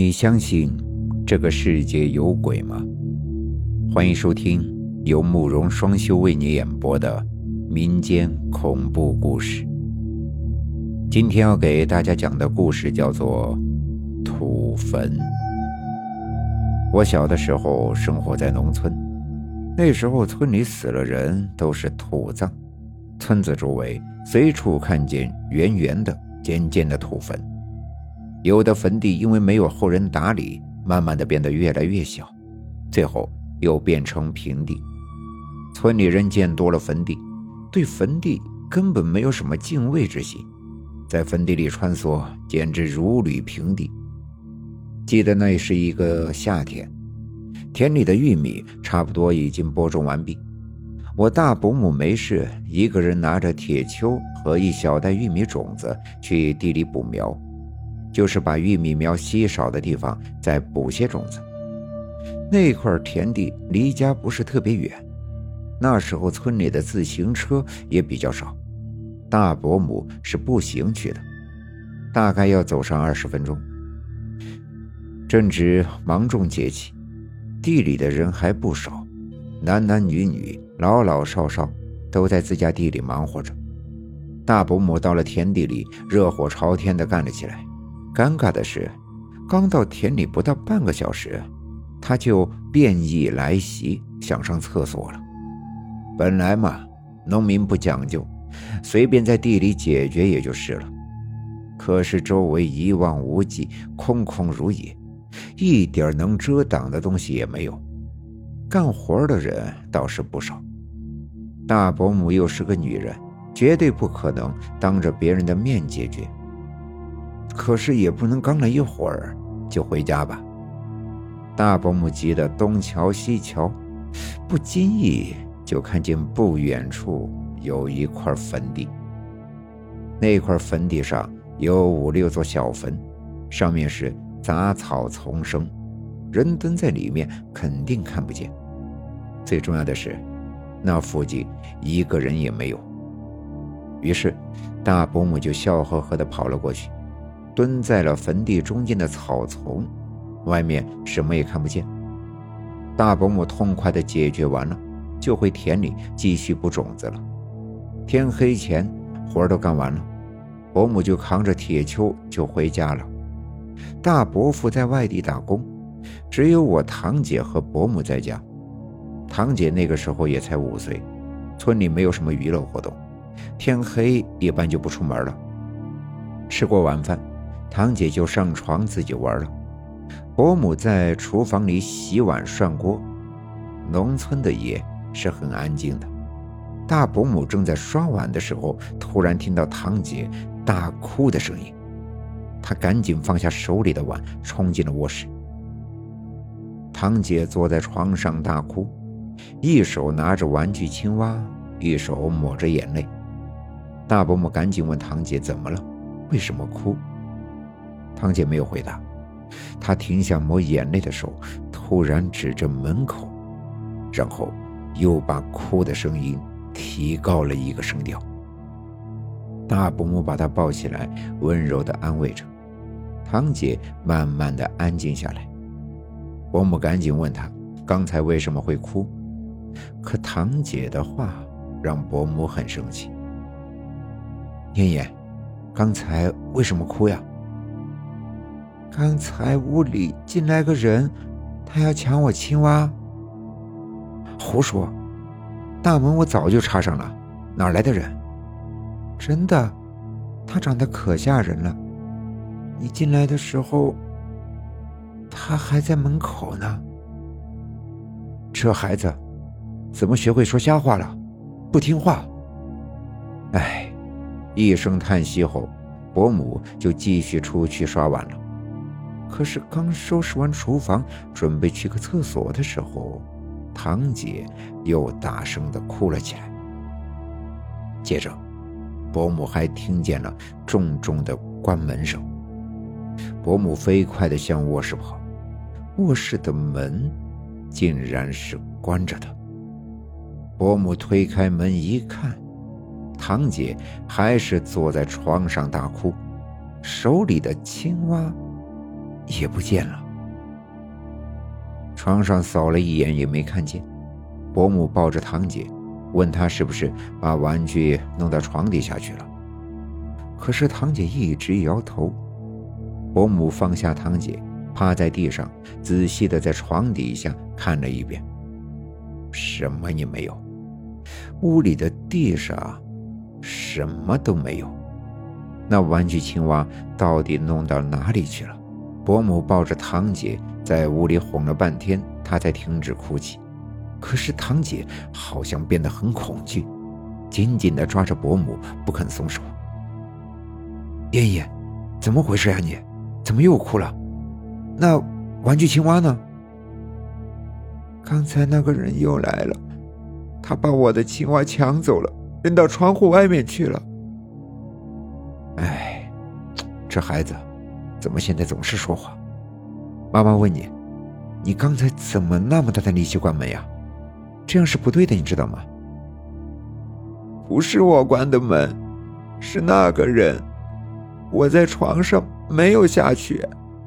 你相信这个世界有鬼吗？欢迎收听由慕容双修为你演播的民间恐怖故事。今天要给大家讲的故事叫做土坟。我小的时候生活在农村，那时候村里死了人都是土葬，村子周围随处看见圆圆的尖尖的土坟，有的坟地因为没有后人打理，慢慢的变得越来越小，最后又变成平地。村里人见多了坟地，对坟地根本没有什么敬畏之心，在坟地里穿梭简直如履平地。记得那是一个夏天，田里的玉米差不多已经播种完毕，我大伯母没事，一个人拿着铁锹和一小袋玉米种子去地里补苗，就是把玉米苗稀少的地方再补些种子。那块田地离家不是特别远，那时候村里的自行车也比较少，大伯母是步行去的，大概要走上20分钟。正值芒种节气，地里的人还不少，男男女女老老少少都在自家地里忙活着。大伯母到了田地里，热火朝天地干了起来。尴尬的是，刚到田里不到半个小时，他就变异来袭，想上厕所了。本来嘛，农民不讲究，随便在地里解决也就是了。可是周围一望无际，空空如也，一点能遮挡的东西也没有。干活的人倒是不少，大伯母又是个女人，绝对不可能当着别人的面解决。可是也不能刚了一会儿就回家吧。大伯母急得东瞧西瞧，不经意就看见不远处有一块坟地。那块坟地上有5、6座小坟，上面是杂草丛生，人蹲在里面肯定看不见。最重要的是，那附近一个人也没有。于是大伯母就笑呵呵地跑了过去，蹲在了坟地中间的草丛，外面什么也看不见。大伯母痛快地解决完了，就回田里继续补种子了。天黑前活都干完了，伯母就扛着铁锹就回家了。大伯父在外地打工，只有我堂姐和伯母在家。堂姐那个时候也才5岁，村里没有什么娱乐活动，天黑一般就不出门了。吃过晚饭，堂姐就上床自己玩了，伯母在厨房里洗碗涮锅。农村的夜是很安静的，大伯母正在刷碗的时候，突然听到堂姐大哭的声音，她赶紧放下手里的碗，冲进了卧室。堂姐坐在床上大哭，一手拿着玩具青蛙，一手抹着眼泪。大伯母赶紧问堂姐怎么了，为什么哭？堂姐没有回答，她停下抹眼泪的手，突然指着门口，然后又把哭的声音提高了一个声调。大伯母把她抱起来，温柔地安慰着。堂姐慢慢地安静下来。伯母赶紧问她刚才为什么会哭，可堂姐的话让伯母很生气。燕燕，刚才为什么哭呀？刚才屋里进来个人，他要抢我青蛙。胡说，大门我早就插上了，哪来的人？真的，他长得可吓人了。你进来的时候，他还在门口呢。这孩子怎么学会说瞎话了？不听话。哎，一声叹息后，伯母就继续出去刷碗了。可是刚收拾完厨房，准备去个厕所的时候，堂姐又大声地哭了起来。接着伯母还听见了重重的关门声。伯母飞快地向卧室跑，卧室的门竟然是关着的。伯母推开门一看，堂姐还是坐在床上大哭，手里的青蛙也不见了。床上扫了一眼也没看见。伯母抱着堂姐，问她是不是把玩具弄到床底下去了。可是堂姐一直摇头。伯母放下堂姐，趴在地上，仔细地在床底下看了一遍，什么也没有。屋里的地上什么都没有。那玩具青蛙到底弄到哪里去了？伯母抱着堂姐在屋里哄了半天，她才停止哭泣。可是堂姐好像变得很恐惧，紧紧地抓着伯母不肯松手。燕燕，怎么回事呀你？怎么又哭了？那玩具青蛙呢？ 刚才那个人又来了，他把我的青蛙抢走了，扔到窗户外面去了。 哎，这孩子怎么现在总是说谎？妈妈问你，你刚才怎么那么大的力气关门呀？这样是不对的，你知道吗？ 不是我关的门，是那个人。我在床上没有下去。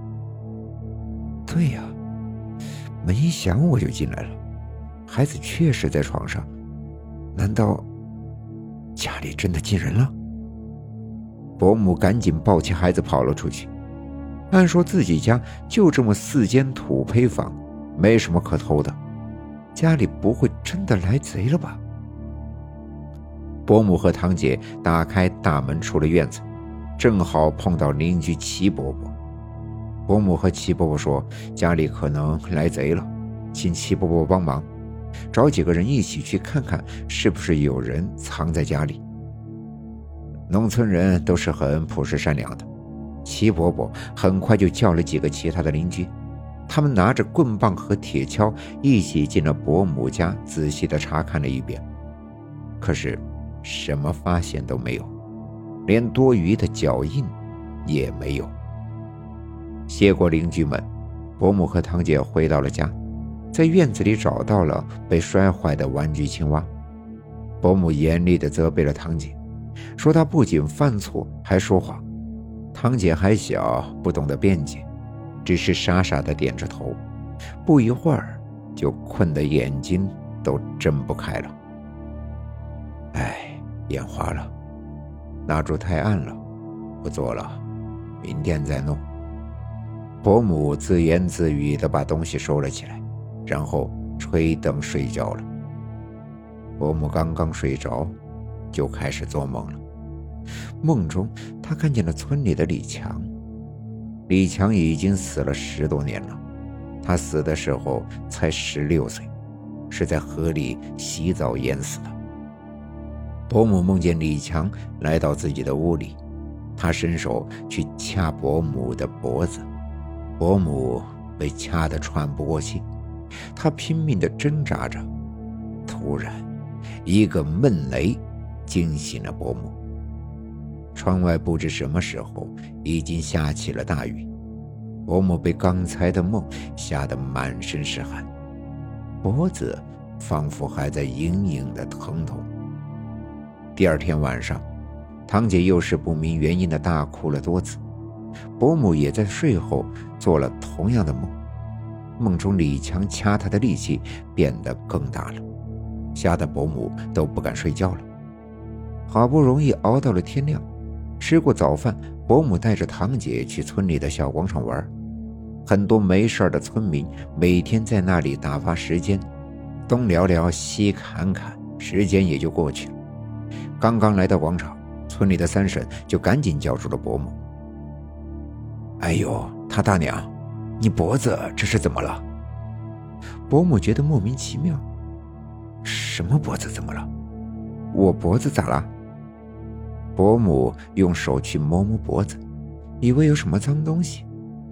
对呀，门一响我就进来了，孩子确实在床上，难道家里真的进人了？伯母赶紧抱起孩子跑了出去。按说自己家就这么4间土坯房，没什么可偷的，家里不会真的来贼了吧？伯母和堂姐打开大门出了院子，正好碰到邻居齐伯伯。伯母和齐伯伯说家里可能来贼了，请齐伯伯帮忙，找几个人一起去看看是不是有人藏在家里。农村人都是很朴实善良的，齐伯伯很快就叫了几个其他的邻居，他们拿着棍棒和铁锹一起进了伯母家，仔细地查看了一遍。可是什么发现都没有，连多余的脚印也没有。谢过邻居们，伯母和堂姐回到了家，在院子里找到了被摔坏的玩具青蛙。伯母严厉地责备了堂姐，说她不仅犯错还说谎。堂姐还小，不懂得辩解，只是傻傻地点着头，不一会儿就困得眼睛都睁不开了。哎，眼花了，蜡烛太暗了，不做了，明天再弄。伯母自言自语地把东西收了起来，然后吹灯睡觉了。伯母刚刚睡着，就开始做梦了。梦中她看见了村里的李强。李强已经死了10多年了，他死的时候才16岁，是在河里洗澡淹死的。伯母梦见李强来到自己的屋里，他伸手去掐伯母的脖子，伯母被掐得喘不过气，他拼命地挣扎着。突然一个闷雷惊醒了伯母。窗外不知什么时候已经下起了大雨，伯母被刚才的梦吓得满身是汗，脖子仿佛还在隐隐的疼痛。第二天晚上，堂姐又是不明原因的大哭了多次，伯母也在睡后做了同样的梦。梦中李强掐她的力气变得更大了，吓得伯母都不敢睡觉了。好不容易熬到了天亮，吃过早饭，伯母带着堂姐去村里的小广场玩。很多没事的村民每天在那里打发时间，东聊聊西侃侃，时间也就过去了。刚刚来到广场，村里的三婶就赶紧叫住了伯母。哎呦，他大娘，你脖子这是怎么了？伯母觉得莫名其妙。什么脖子怎么了？我脖子咋了？伯母用手去摸摸脖子，以为有什么脏东西。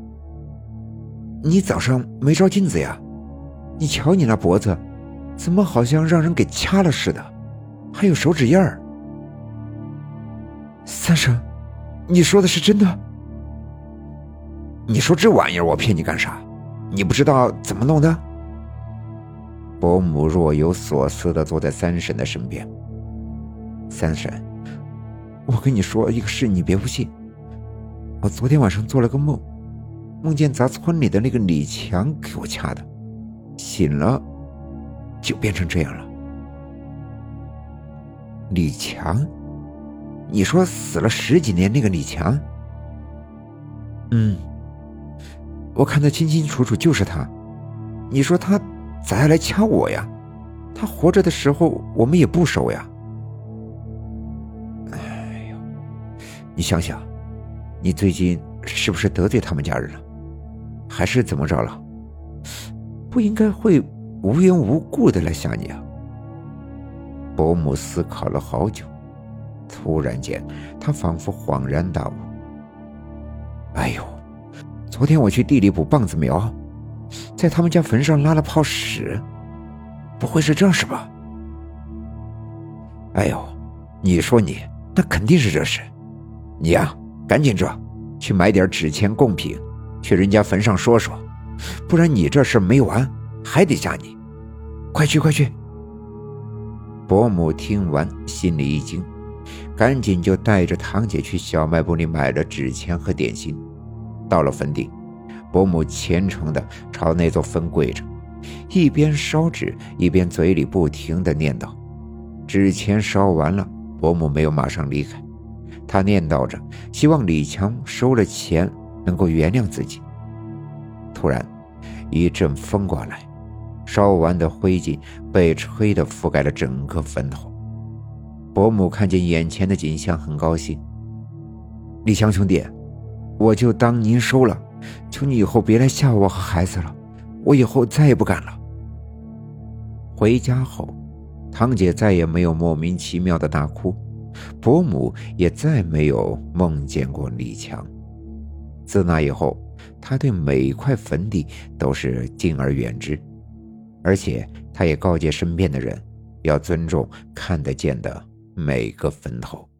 你早上没照镜子呀？你瞧你那脖子，怎么好像让人给掐了似的，还有手指印儿。三婶，你说的是真的？你说这玩意儿我骗你干啥？你不知道怎么弄的？伯母若有所思地坐在三婶的身边。三婶，我跟你说一个事，你别不信。我昨天晚上做了个梦， 梦见砸村里的那个李强给我掐的，醒了就变成这样了。李强？你说死了10几年那个李强？我看得清清楚楚，就是他。你说他咋样来掐我呀？他活着的时候我们也不熟呀。哎呦，你想想，你最近是不是得罪他们家人了？还是怎么着了？不应该会无缘无故的来吓你啊。伯母思考了好久，突然间他仿佛恍然大悟。哎呦，昨天我去地里补棒子苗，在他们家坟上拉了泡屎，不会是这事吧？哎呦，你说你，那肯定是这事。你呀，赶紧去买点纸钱贡品，去人家坟上说说，不然你这事没完，还得吓你。快去快去！伯母听完心里一惊，赶紧就带着堂姐去小卖部里买了纸钱和点心。到了坟地，伯母虔诚地朝那座坟跪着，一边烧纸一边嘴里不停地念叨。纸钱烧完了，伯母没有马上离开，她念叨着希望李强收了钱能够原谅自己。突然一阵风刮来，烧完的灰烬被吹得覆盖了整个坟头。伯母看见眼前的景象很高兴。李强兄弟，我就当您收了，求你以后别来吓我和孩子了，我以后再也不敢了。回家后，堂姐再也没有莫名其妙的大哭，伯母也再没有梦见过李强。自那以后，她对每一块坟地都是敬而远之，而且她也告诫身边的人要尊重看得见的每个坟头。